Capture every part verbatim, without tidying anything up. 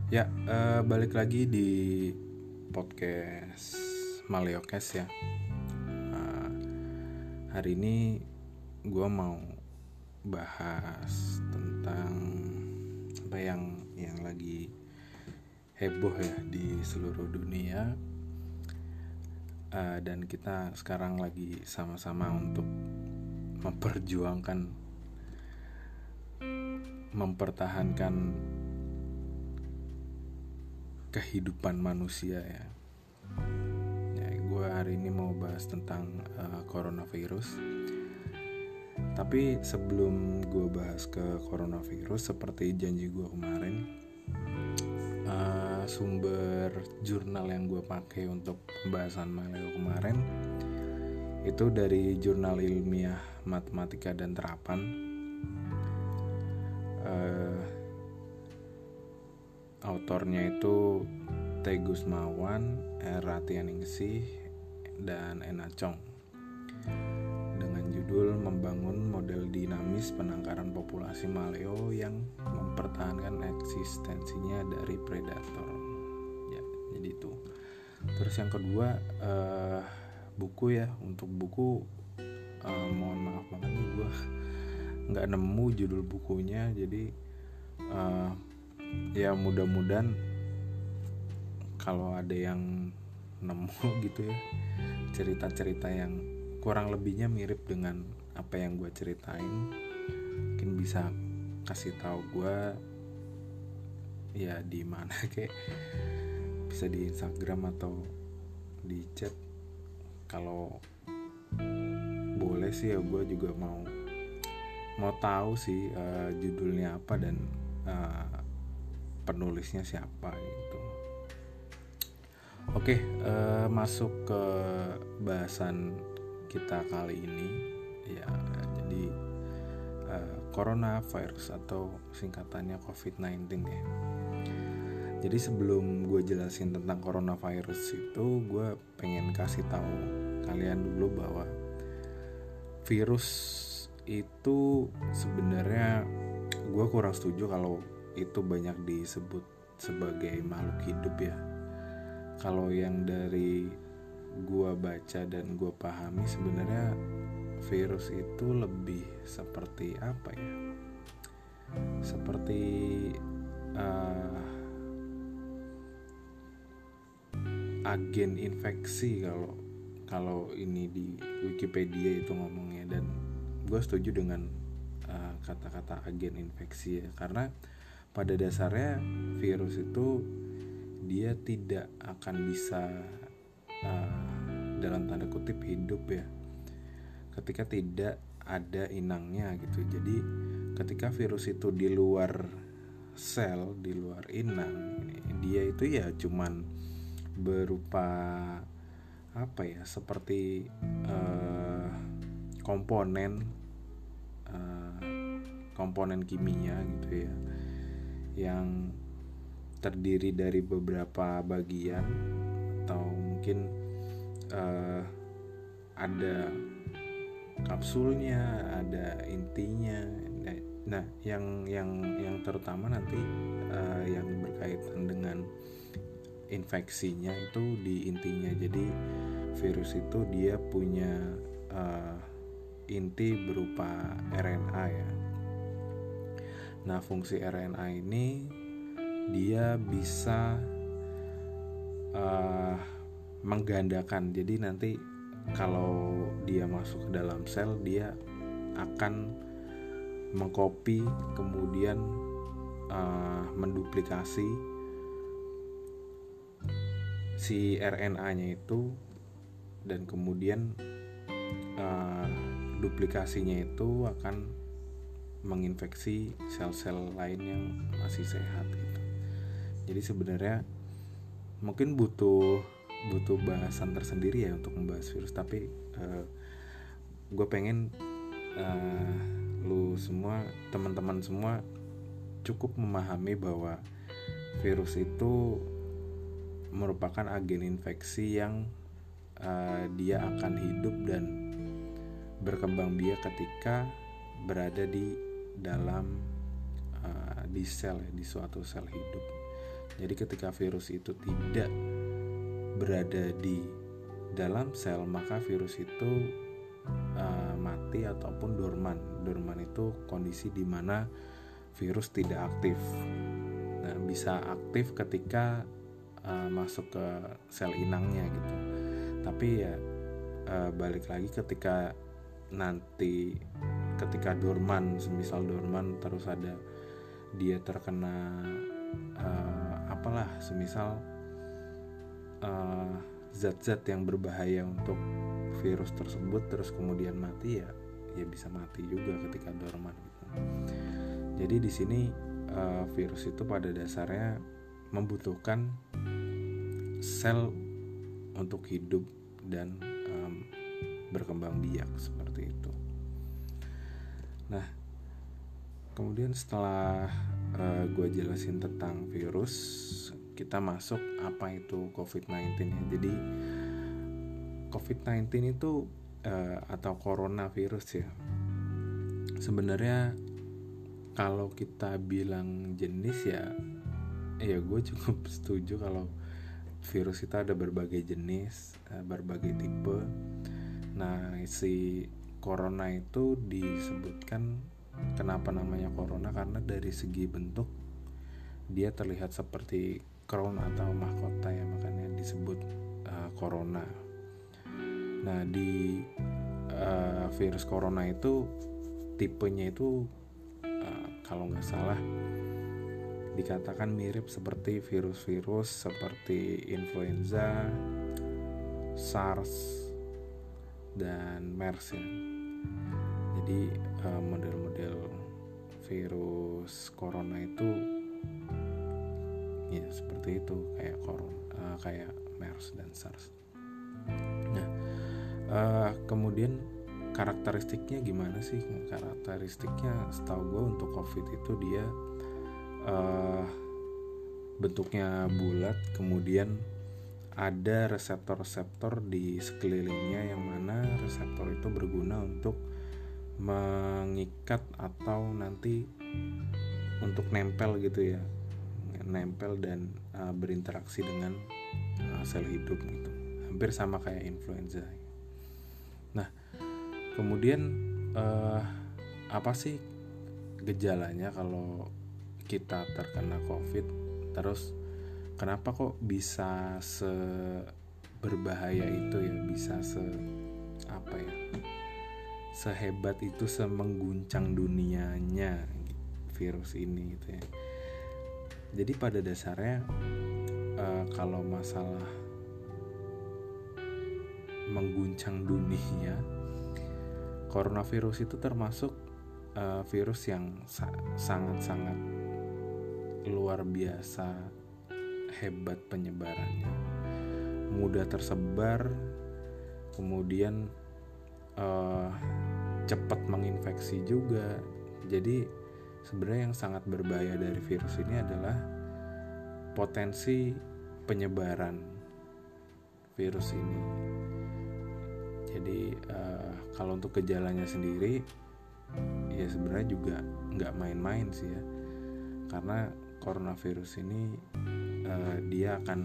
Ya, eh, balik lagi di podcast Maleokes ya. Eh, hari ini gue mau bahas tentang apa yang yang lagi heboh ya di seluruh dunia. Eh, dan kita sekarang lagi sama-sama untuk memperjuangkan, mempertahankan kehidupan manusia ya. Ya, gue hari ini mau bahas tentang uh, coronavirus. Tapi sebelum gue bahas ke coronavirus, seperti janji gue kemarin, uh, sumber jurnal yang gue pakai untuk pembahasan Maleo kemarin itu dari jurnal ilmiah matematika dan terapan. Uh, autornya itu Tegus Mawan, R. Ratianingsih, dan Ena Chong, dengan judul Membangun Model Dinamis Penangkaran Populasi Maleo yang Mempertahankan Eksistensinya dari Predator. Ya, jadi itu. Terus yang kedua, uh, buku ya. Untuk buku, uh, mohon maaf banget nih, gue nggak nemu judul bukunya. Jadi uh, ya mudah-mudahan kalau ada yang nemu gitu ya, cerita-cerita yang kurang lebihnya mirip dengan apa yang gue ceritain, mungkin bisa kasih tahu gue ya di mana, kayak bisa di Instagram atau di chat. Kalau boleh sih ya, gue juga mau mau tahu sih uh, judulnya apa dan uh, penulisnya siapa gitu. Oke, uh, masuk ke bahasan kita kali ini ya. Jadi uh, coronavirus atau singkatannya covid sembilan belas ya. Jadi sebelum gue jelasin tentang coronavirus itu, gue pengen kasih tahu kalian dulu bahwa virus itu sebenarnya gue kurang setuju kalau itu banyak disebut sebagai makhluk hidup ya. Kalau yang dari gue baca dan gue pahami, sebenarnya virus itu lebih seperti apa ya? Seperti uh, agen infeksi kalau kalau ini di Wikipedia itu ngomongnya, dan gue setuju dengan uh, kata-kata agen infeksi ya, karena pada dasarnya virus itu dia tidak akan bisa uh, dalam tanda kutip hidup ya ketika tidak ada inangnya gitu. Jadi ketika virus itu di luar sel, di luar inang, dia itu ya cuman berupa apa ya, seperti uh, komponen uh, komponen kimia gitu ya, yang terdiri dari beberapa bagian, atau mungkin uh, ada kapsulnya, ada intinya. Nah, yang yang yang terutama nanti uh, yang berkaitan dengan infeksinya itu di intinya. Jadi virus itu dia punya uh, inti berupa R N A ya. Nah, fungsi R N A ini dia bisa uh, menggandakan. Jadi nanti kalau dia masuk ke dalam sel, dia akan mengcopy, kemudian uh, menduplikasi si R N A-nya itu, dan kemudian uh, duplikasinya itu akan menginfeksi sel-sel lain yang masih sehat gitu. Jadi sebenarnya mungkin butuh butuh bahasan tersendiri ya untuk membahas virus, tapi uh, gue pengen uh, lu semua, teman-teman semua cukup memahami bahwa virus itu merupakan agen infeksi yang uh, dia akan hidup dan berkembang biak ketika berada di dalam uh, di sel ya, di suatu sel hidup. Jadi ketika virus itu tidak berada di dalam sel, maka virus itu uh, mati ataupun dorman. Dorman itu kondisi di mana virus tidak aktif. Nah, bisa aktif ketika uh, masuk ke sel inangnya gitu. Tapi ya uh, balik lagi ketika nanti ketika dorman, semisal dorman terus ada dia terkena uh, apalah, semisal uh, zat-zat yang berbahaya untuk virus tersebut terus kemudian mati, ya ya bisa mati juga ketika dorman gitu. Jadi di sini uh, virus itu pada dasarnya membutuhkan sel untuk hidup dan um, berkembang biak seperti itu. Nah, kemudian setelah uh, gue jelasin tentang virus, kita masuk apa itu covid sembilan belas ya. Jadi covid sembilan belas itu uh, atau coronavirus ya, sebenarnya kalau kita bilang jenis ya, ya gue cukup setuju kalau virus itu ada berbagai jenis, uh, berbagai tipe. Nah, si corona itu disebutkan, kenapa namanya corona, karena dari segi bentuk dia terlihat seperti crown atau mahkota ya, makanya disebut uh, corona. Nah, di uh, virus corona itu tipenya itu uh, kalau nggak salah dikatakan mirip seperti virus-virus seperti influenza, SARS, dan MERS ya. Jadi uh, model-model virus corona itu ya seperti itu, kayak corona, uh, kayak MERS dan SARS. Nah, uh, kemudian karakteristiknya gimana sih? Karakteristiknya setahu gue untuk COVID itu dia uh, bentuknya bulat, kemudian ada reseptor-reseptor di sekelilingnya yang mana reseptor itu berguna untuk mengikat atau nanti untuk nempel gitu ya, nempel dan uh, berinteraksi dengan uh, sel hidup gitu, hampir sama kayak influenza. Nah, kemudian uh, apa sih gejalanya kalau kita terkena COVID? Terus kenapa kok bisa seberbahaya itu ya, bisa se apa ya, sehebat itu, semengguncang dunianya virus ini gitu ya. Jadi pada dasarnya uh, kalau masalah mengguncang dunia, coronavirus itu termasuk uh, virus yang sa- sangat-sangat luar biasa hebat penyebarannya, mudah tersebar, kemudian uh, cepat menginfeksi juga. Jadi sebenarnya yang sangat berbahaya dari virus ini adalah potensi penyebaran virus ini. Jadi uh, kalau untuk gejalanya sendiri ya sebenarnya juga nggak main-main sih ya, karena coronavirus ini uh, dia akan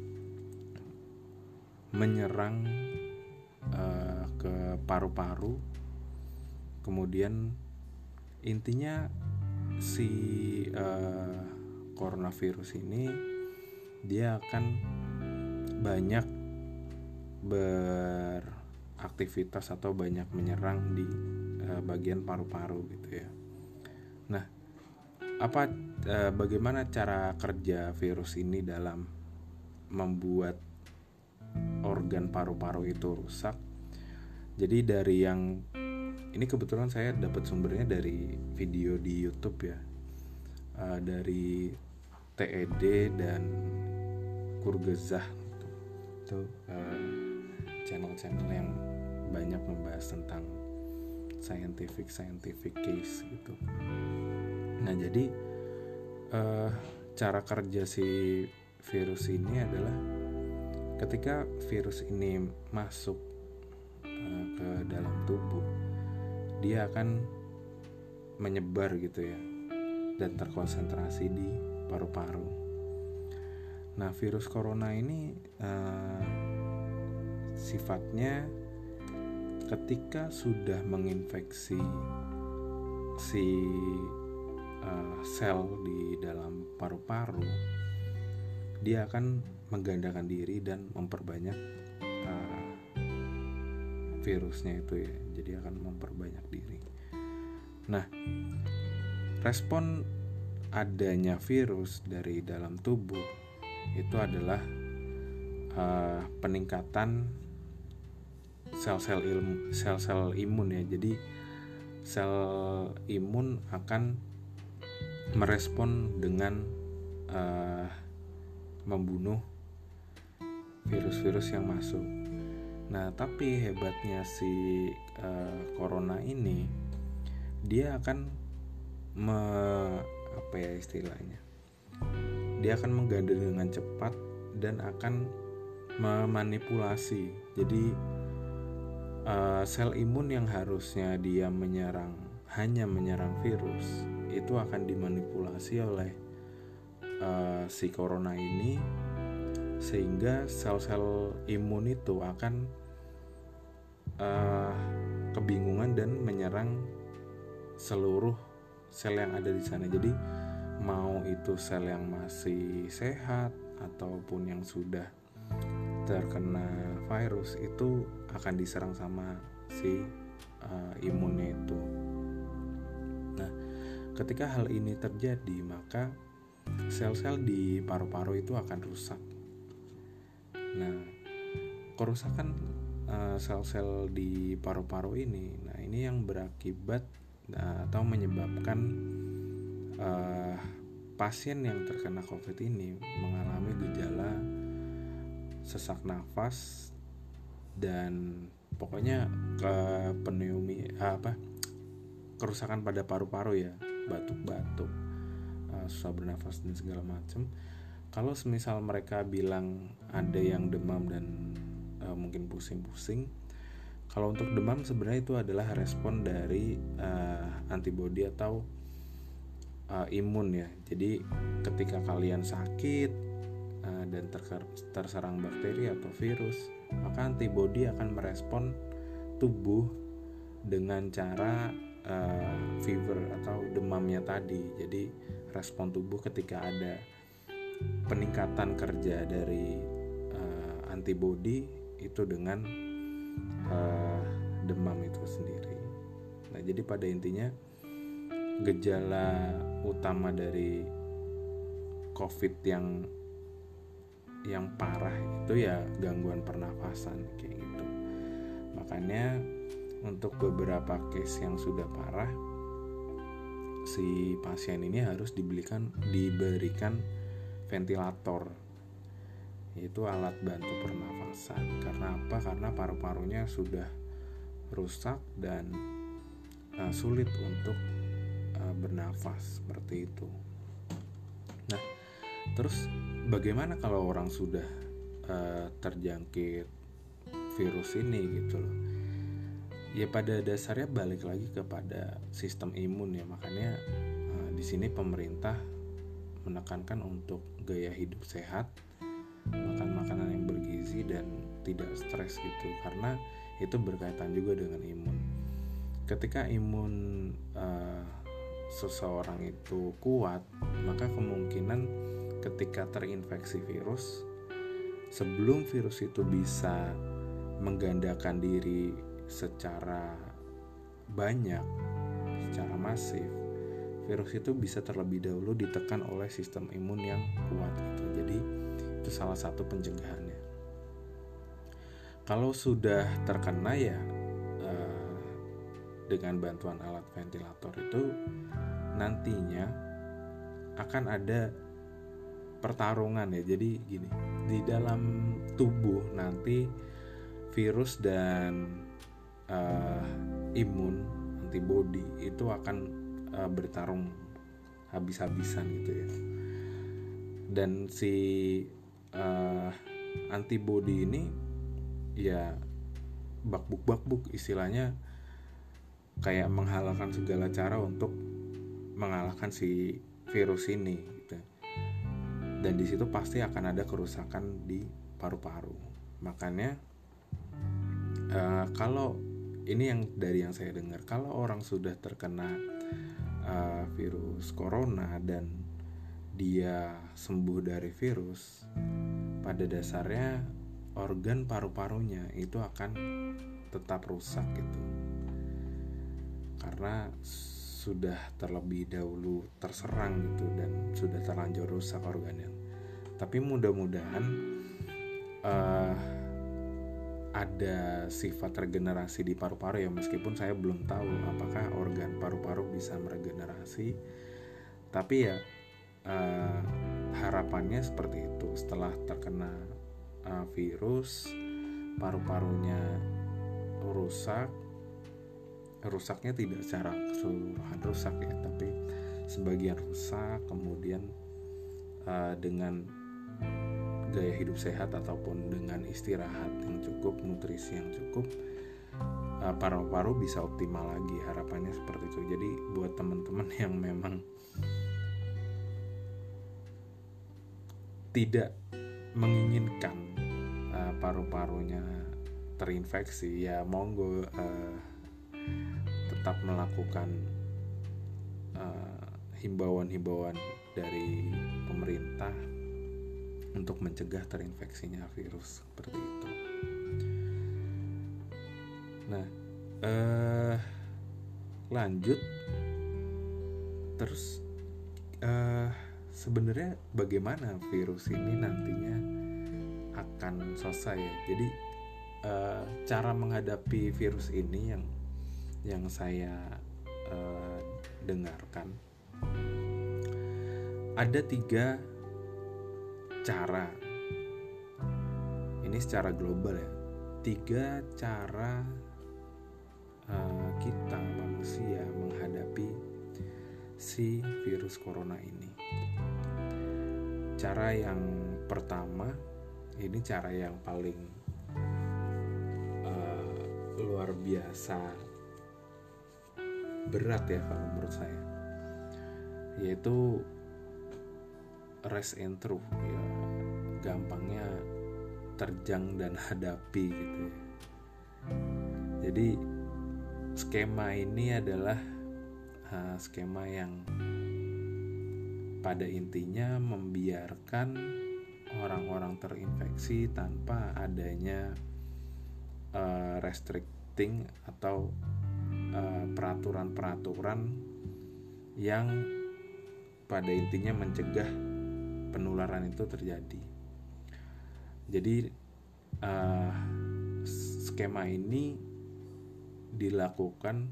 menyerang uh, ke paru-paru, kemudian intinya si uh, coronavirus ini dia akan banyak beraktivitas atau banyak menyerang di uh, bagian paru-paru gitu ya. Nah, apa uh, bagaimana cara kerja virus ini dalam membuat organ paru-paru itu rusak? Jadi dari yang ini kebetulan saya dapat sumbernya dari video di YouTube ya, uh, dari T E D dan Kurgezah itu, itu uh, channel-channel yang banyak membahas tentang scientific scientific case gitu. Nah, jadi uh, cara kerja si virus ini adalah ketika virus ini masuk uh, ke dalam tubuh, dia akan menyebar gitu ya dan terkonsentrasi di paru-paru. Nah, virus corona ini uh, sifatnya ketika sudah menginfeksi si uh, sel di dalam paru-paru, dia akan menggandakan diri dan memperbanyak uh, virusnya itu ya. Jadi akan memperbanyak diri. Nah, respon adanya virus dari dalam tubuh itu adalah uh, peningkatan sel-sel ilmu, sel-sel imun ya. Jadi sel imun akan merespon dengan uh, membunuh virus-virus yang masuk. Nah, tapi hebatnya si uh, corona ini, dia akan me, apa ya istilahnya? Dia akan mengganda dengan cepat dan akan memanipulasi. Jadi uh, sel imun yang harusnya dia menyerang, hanya menyerang virus, itu akan dimanipulasi oleh uh, si corona ini, sehingga sel-sel imun itu akan uh, kebingungan dan menyerang seluruh sel yang ada di sana. Jadi mau itu sel yang masih sehat ataupun yang sudah terkena virus, itu akan diserang sama si uh, imunnya itu. Nah, ketika hal ini terjadi, maka sel-sel di paru-paru itu akan rusak. Nah, kerusakan uh, sel-sel di paru-paru ini, nah ini yang berakibat uh, atau menyebabkan uh, pasien yang terkena COVID ini mengalami gejala sesak nafas dan pokoknya ke pneumonia, apa kerusakan pada paru-paru ya, batuk-batuk, uh, susah bernafas dan segala macam. Kalau semisal mereka bilang ada yang demam dan uh, mungkin pusing-pusing, kalau untuk demam sebenarnya itu adalah respon dari uh, antibodi atau uh, imun ya. Jadi ketika kalian sakit uh, dan ter- terserang bakteri atau virus, maka antibodi akan merespon tubuh dengan cara uh, fever atau demamnya tadi. Jadi respon tubuh ketika ada peningkatan kerja dari uh, antibodi itu dengan uh, demam itu sendiri. Nah, jadi pada intinya gejala utama dari COVID yang yang parah itu ya gangguan pernafasan kayak gitu. Makanya untuk beberapa case yang sudah parah, si pasien ini harus dibelikan diberikan ventilator, yaitu alat bantu pernafasan. Karena apa? Karena paru-parunya sudah rusak dan uh, sulit untuk uh, bernafas seperti itu. Nah, terus bagaimana kalau orang sudah uh, terjangkit virus ini gitu loh? Ya pada dasarnya balik lagi kepada sistem imun ya. Makanya uh, di sini pemerintah menekankan untuk gaya hidup sehat, makan makanan yang bergizi dan tidak stres gitu, karena itu berkaitan juga dengan imun. Ketika imun uh, seseorang itu kuat, maka kemungkinan ketika terinfeksi virus, sebelum virus itu bisa menggandakan diri secara banyak, secara masif, virus itu bisa terlebih dahulu ditekan oleh sistem imun yang kuat gitu. Jadi itu salah satu pencegahannya. Kalau sudah terkena ya eh, dengan bantuan alat ventilator itu nantinya akan ada pertarungan ya. Jadi gini, di dalam tubuh nanti virus dan eh, imun antibodi itu akan bertarung habis-habisan gitu ya. Dan si uh, antibodi ini ya bakbuk-bakbuk istilahnya, kayak menghalalkan segala cara untuk mengalahkan si virus ini gitu. dan di situ pasti akan ada kerusakan di paru-paru. Makanya uh, kalau ini yang dari yang saya dengar, kalau orang sudah terkena uh, virus corona dan dia sembuh dari virus, pada dasarnya organ paru-parunya itu akan tetap rusak gitu, karena sudah terlebih dahulu terserang gitu dan sudah terlanjur rusak organnya. Tapi mudah-mudahan uh, ada sifat regenerasi di paru-paru ya, meskipun saya belum tahu apakah organ paru-paru bisa meregenerasi. Tapi ya uh, harapannya seperti itu. Setelah terkena uh, virus, paru-parunya rusak. Rusaknya tidak secara keseluruhan rusak ya, tapi sebagian rusak. Kemudian uh, dengan gaya hidup sehat ataupun dengan istirahat yang cukup, nutrisi yang cukup, uh, paru-paru bisa optimal lagi. Harapannya seperti itu. Jadi buat teman-teman yang memang tidak menginginkan uh, paru-parunya terinfeksi, ya monggo uh, tetap melakukan uh, himbauan-himbauan dari pemerintah untuk mencegah terinfeksinya virus seperti itu. Nah, uh, lanjut terus uh, sebenarnya bagaimana virus ini nantinya akan selesai ya. Jadi uh, cara menghadapi virus ini yang yang saya uh, dengarkan, ada tiga cara. Ini secara global ya, tiga cara uh, kita manusia menghadapi si virus corona ini. Cara yang pertama, ini cara yang paling uh, luar biasa berat ya kalau menurut saya, yaitu rest and truth ya, gampangnya terjang dan hadapi gitu ya. Jadi skema ini adalah uh, skema yang pada intinya membiarkan orang-orang terinfeksi tanpa adanya uh, restricting atau uh, peraturan-peraturan yang pada intinya mencegah penularan itu terjadi. Jadi uh, skema ini dilakukan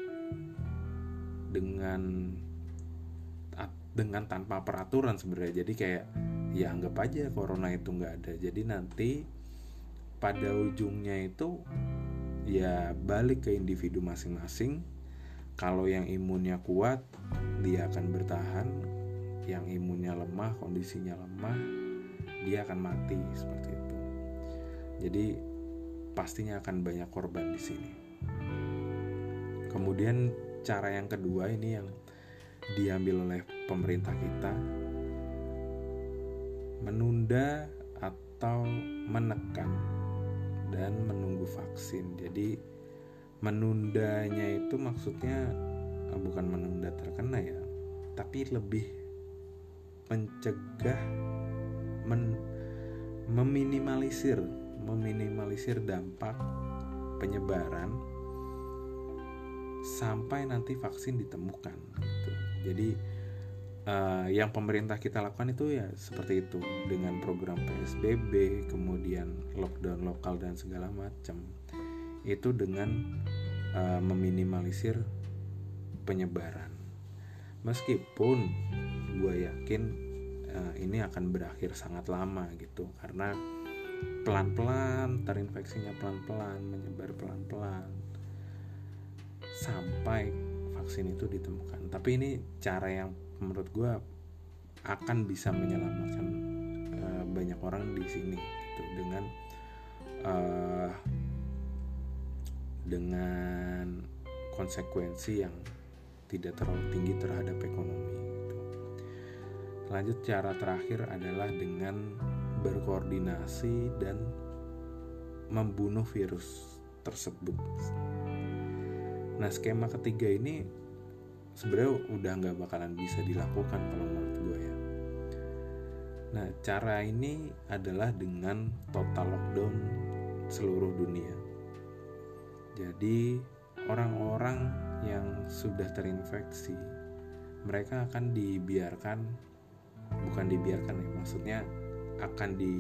dengan dengan tanpa peraturan sebenarnya. Jadi kayak ya anggap aja corona itu nggak ada. Jadi nanti pada ujungnya itu ya balik ke individu masing-masing. Kalau yang imunnya kuat dia akan bertahan, yang imunnya lemah, kondisinya lemah, dia akan mati seperti itu. Jadi pastinya akan banyak korban di sini. Kemudian cara yang kedua ini yang diambil oleh pemerintah kita, menunda atau menekan dan menunggu vaksin. Jadi menundanya itu maksudnya bukan menunda terkena ya, tapi lebih mencegah, men, meminimalisir, meminimalisir dampak penyebaran sampai nanti vaksin ditemukan gitu. Jadi uh, yang pemerintah kita lakukan itu ya seperti itu, dengan program P S B B, kemudian lockdown lokal dan segala macam. Itu dengan uh, meminimalisir penyebaran. Meskipun gue yakin uh, ini akan berakhir sangat lama gitu, karena pelan-pelan terinfeksinya, pelan-pelan menyebar, pelan-pelan sampai vaksin itu ditemukan. Tapi ini cara yang menurut gue akan bisa menyelamatkan uh, banyak orang di sini gitu, dengan uh, dengan konsekuensi yang tidak terlalu tinggi terhadap ekonomi gitu. Lanjut, cara terakhir adalah dengan berkoordinasi dan membunuh virus tersebut. Nah, skema ketiga ini sebenarnya udah nggak bakalan bisa dilakukan kalau menurut gue ya. Nah, cara ini adalah dengan total lockdown seluruh dunia. Jadi orang-orang yang sudah terinfeksi, mereka akan dibiarkan, bukan dibiarkan ya, maksudnya akan di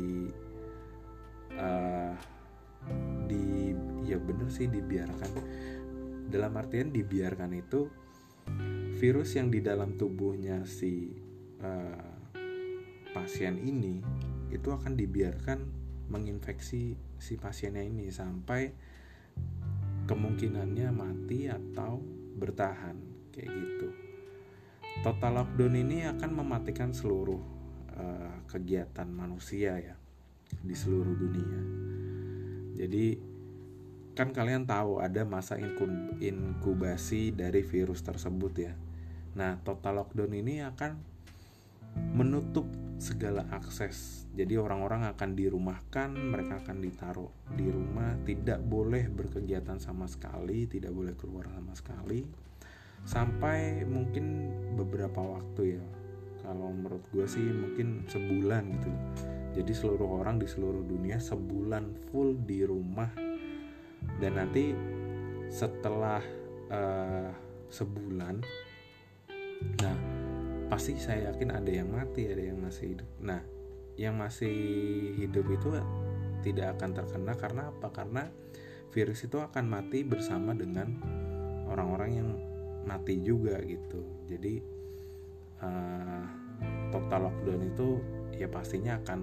uh, di ya bener sih dibiarkan. Dalam artian dibiarkan itu virus yang di dalam tubuhnya si uh, pasien ini itu akan dibiarkan menginfeksi si pasiennya ini sampai kemungkinannya mati atau bertahan kayak gitu. Total lockdown ini akan mematikan seluruh uh, kegiatan manusia ya di seluruh dunia. Jadi kan kalian tahu ada masa inkubasi dari virus tersebut ya. Nah, total lockdown ini akan menutup segala akses. Jadi orang-orang akan dirumahkan, mereka akan ditaruh di rumah, tidak boleh berkegiatan sama sekali, tidak boleh keluar sama sekali, sampai mungkin beberapa waktu ya. Kalau menurut gue sih mungkin sebulan gitu. Jadi seluruh orang di seluruh dunia sebulan full di rumah. Dan nanti setelah uh, sebulan, nah pasti saya yakin ada yang mati, ada yang masih hidup. Nah, yang masih hidup itu tidak akan terkena karena apa? Karena virus itu akan mati bersama dengan orang-orang yang mati juga gitu. Jadi uh, total lockdown itu ya pastinya akan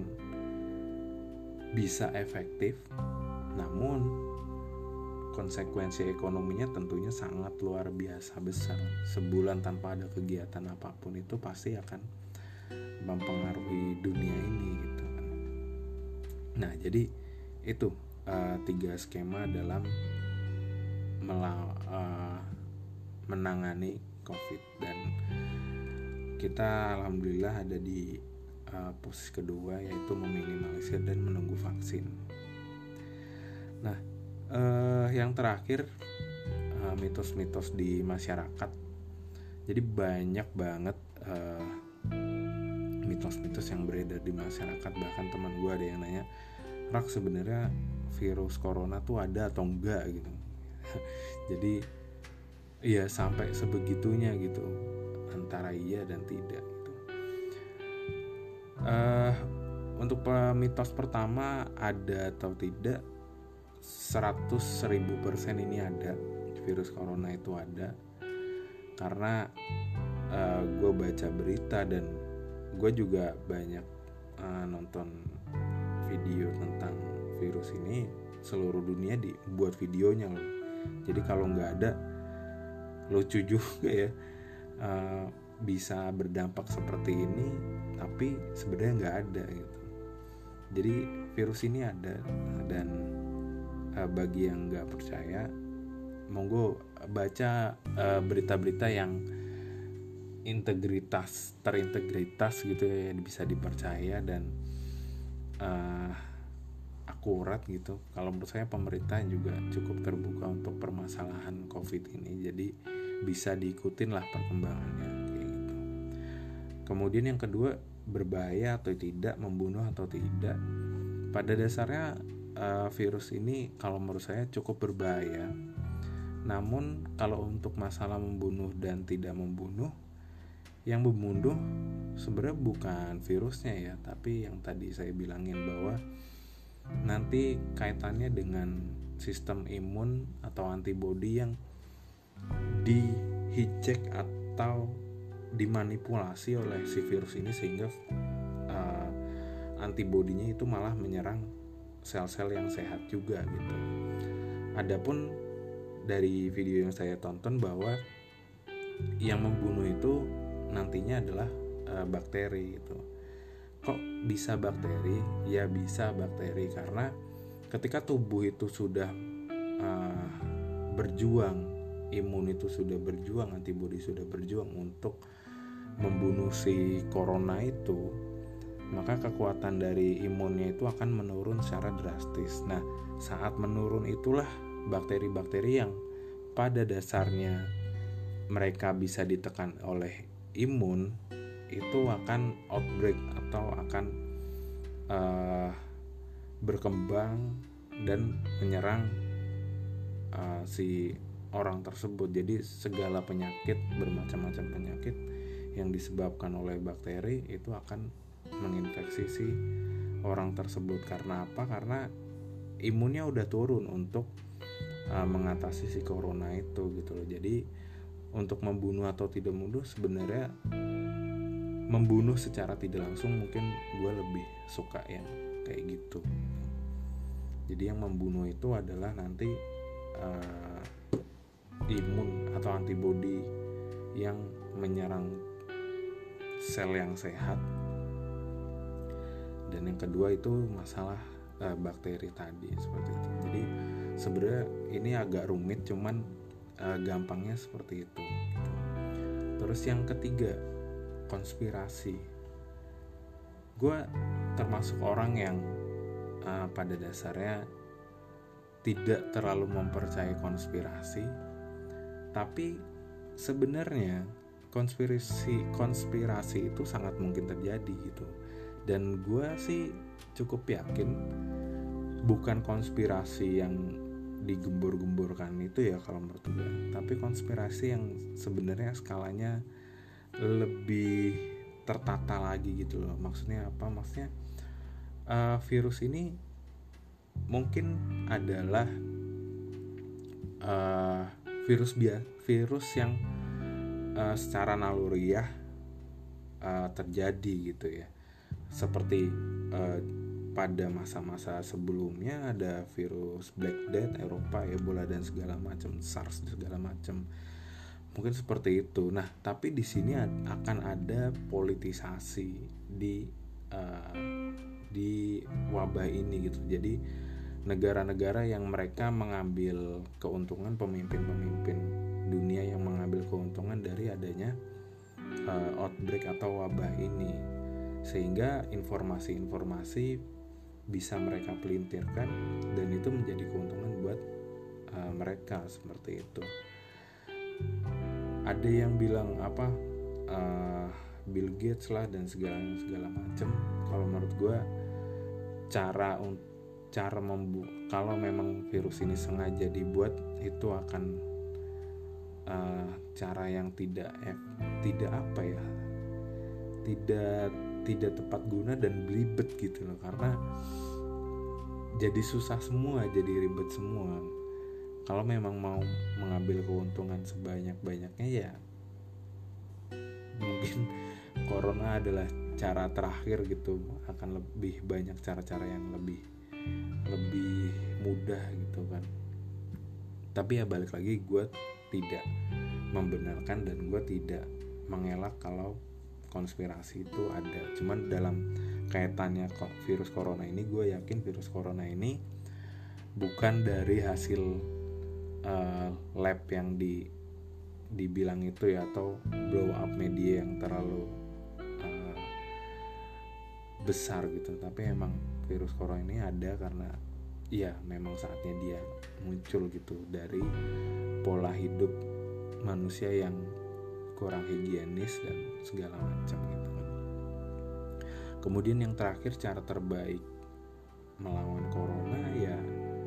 bisa efektif, namun konsekuensi ekonominya tentunya sangat luar biasa besar. Sebulan tanpa ada kegiatan apapun itu pasti akan mempengaruhi dunia ini gitu kan. Nah, jadi itu uh, tiga skema dalam mela- uh, menangani COVID, dan kita alhamdulillah ada di uh, posisi kedua, yaitu meminimalisir dan menunggu vaksin. Nah, Uh, yang terakhir uh, mitos-mitos di masyarakat. Jadi banyak banget uh, mitos-mitos yang beredar di masyarakat. Bahkan teman gue ada yang nanya, Rak, sebenarnya virus corona tuh ada atau enggak gitu. Jadi ya sampai sebegitunya gitu, antara iya dan tidak gitu. Uh, untuk mitos pertama, ada atau tidak, seratus ribu persen ini ada, virus corona itu ada. Karena uh, gue baca berita dan gue juga banyak uh, nonton video tentang virus ini. Seluruh dunia dibuat videonya loh. Jadi kalau nggak ada, lucu juga ya, uh, bisa berdampak seperti ini tapi sebenarnya nggak ada gitu. Jadi virus ini ada, dan bagi yang nggak percaya, monggo baca uh, berita-berita yang integritas, terintegritas gitu ya, bisa dipercaya dan uh, akurat gitu. Kalau menurut saya pemerintah juga cukup terbuka untuk permasalahan COVID ini, jadi bisa diikutin lah perkembangannya kayak gitu. Kemudian yang kedua, berbahaya atau tidak, membunuh atau tidak. Pada dasarnya Uh, virus ini kalau menurut saya cukup berbahaya. Namun kalau untuk masalah membunuh dan tidak membunuh, yang membunuh sebenarnya bukan virusnya ya, tapi yang tadi saya bilangin bahwa nanti kaitannya dengan sistem imun atau antibodi yang di hijack atau dimanipulasi oleh si virus ini, sehingga uh, antibodinya itu malah menyerang sel-sel yang sehat juga gitu. Adapun dari video yang saya tonton bahwa yang membunuh itu nantinya adalah uh, bakteri gitu. Kok bisa bakteri? Ya bisa bakteri karena ketika tubuh itu sudah uh, berjuang, imun itu sudah berjuang, antibodi sudah berjuang untuk membunuh si corona itu, maka kekuatan dari imunnya itu akan menurun secara drastis. Nah, saat menurun itulah bakteri-bakteri yang pada dasarnya mereka bisa ditekan oleh imun itu akan outbreak atau akan uh, berkembang dan menyerang uh, si orang tersebut. Jadi segala penyakit, bermacam-macam penyakit yang disebabkan oleh bakteri itu akan menginfeksi si orang tersebut. Karena apa? Karena imunnya udah turun untuk uh, mengatasi si corona itu gitu loh. Jadi untuk membunuh atau tidak membunuh, sebenarnya membunuh secara tidak langsung mungkin gue lebih suka yang kayak gitu. Jadi yang membunuh itu adalah nanti uh, imun atau antibodi yang menyerang sel yang sehat. Dan yang kedua itu masalah uh, bakteri tadi seperti itu. Jadi sebenarnya ini agak rumit, cuman uh, gampangnya seperti itu. Terus yang ketiga, konspirasi. Gue termasuk orang yang uh, pada dasarnya tidak terlalu mempercayai konspirasi, tapi sebenarnya konspirasi konspirasi itu sangat mungkin terjadi gitu. Dan gue sih cukup yakin bukan konspirasi yang digembur-gemburkan itu ya kalau menurut gue, tapi konspirasi yang sebenarnya skalanya lebih tertata lagi gitu loh. Maksudnya apa? Maksudnya uh, virus ini mungkin adalah uh, virus biasa, virus yang uh, secara naluriah uh, terjadi gitu ya. Seperti uh, pada masa-masa sebelumnya ada virus Black Death Eropa, Ebola dan segala macam, SARS dan segala macam. Mungkin seperti itu. Nah, tapi di sini akan ada politisasi di uh, di wabah ini gitu. Jadi negara-negara yang mereka mengambil keuntungan, pemimpin-pemimpin dunia yang mengambil keuntungan dari adanya uh, outbreak atau wabah ini, sehingga informasi-informasi bisa mereka pelintirkan dan itu menjadi keuntungan buat uh, mereka seperti itu. Ada yang bilang apa uh, Bill Gates lah dan segala segala macam. Kalau menurut gue cara cara membu kalau memang virus ini sengaja dibuat itu akan uh, cara yang tidak eh, tidak apa ya tidak tidak tepat guna dan belibet gitu loh, karena jadi susah semua, jadi ribet semua. Kalau memang mau mengambil keuntungan sebanyak-banyaknya ya mungkin corona adalah cara terakhir gitu, akan lebih banyak cara-cara yang lebih lebih mudah gitu kan. Tapi ya balik lagi, gue tidak membenarkan dan gue tidak mengelak kalau konspirasi itu ada. Cuman dalam kaitannya virus corona ini, gue yakin virus corona ini bukan dari hasil uh, lab yang di dibilang itu ya, atau blow up media yang terlalu uh, besar gitu. Tapi emang virus corona ini ada karena ya memang saatnya dia muncul gitu dari pola hidup manusia yang kurang higienis dan segala macam gitu kan. Kemudian yang terakhir, cara terbaik melawan corona ya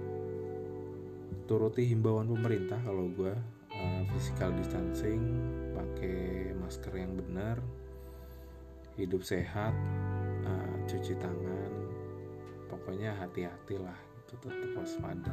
turuti himbauan pemerintah. Kalau gue uh, physical distancing, pakai masker yang benar, hidup sehat, uh, cuci tangan, pokoknya hati-hatilah gitu, tetap waspada.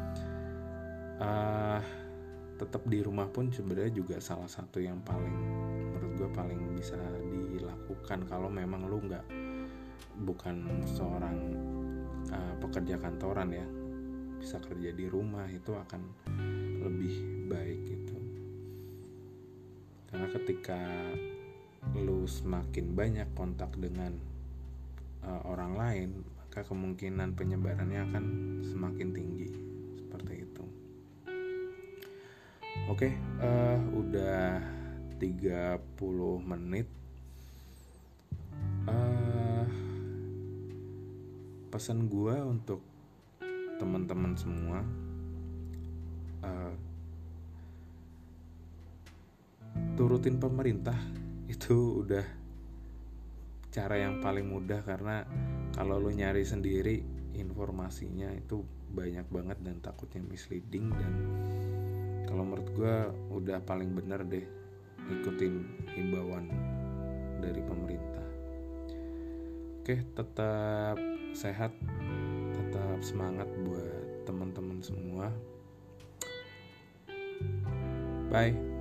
Uh, tetap di rumah pun sebenarnya juga salah satu yang paling menurut gue paling bisa dilakukan kalau memang lu nggak bukan seorang uh, pekerja kantoran ya, bisa kerja di rumah, itu akan lebih baik gitu. Karena ketika lu semakin banyak kontak dengan uh, orang lain, maka kemungkinan penyebarannya akan semakin tinggi seperti itu. Oke, uh, udah tiga puluh menit pesan gue untuk teman-teman semua, uh, turutin pemerintah. Itu udah cara yang paling mudah, karena kalau lu nyari sendiri informasinya itu banyak banget dan takutnya misleading. Dan kalau menurut gue udah paling bener deh ikutin himbauan dari pemerintah. Oke, tetap sehat, tetap semangat buat teman-teman semua. Bye.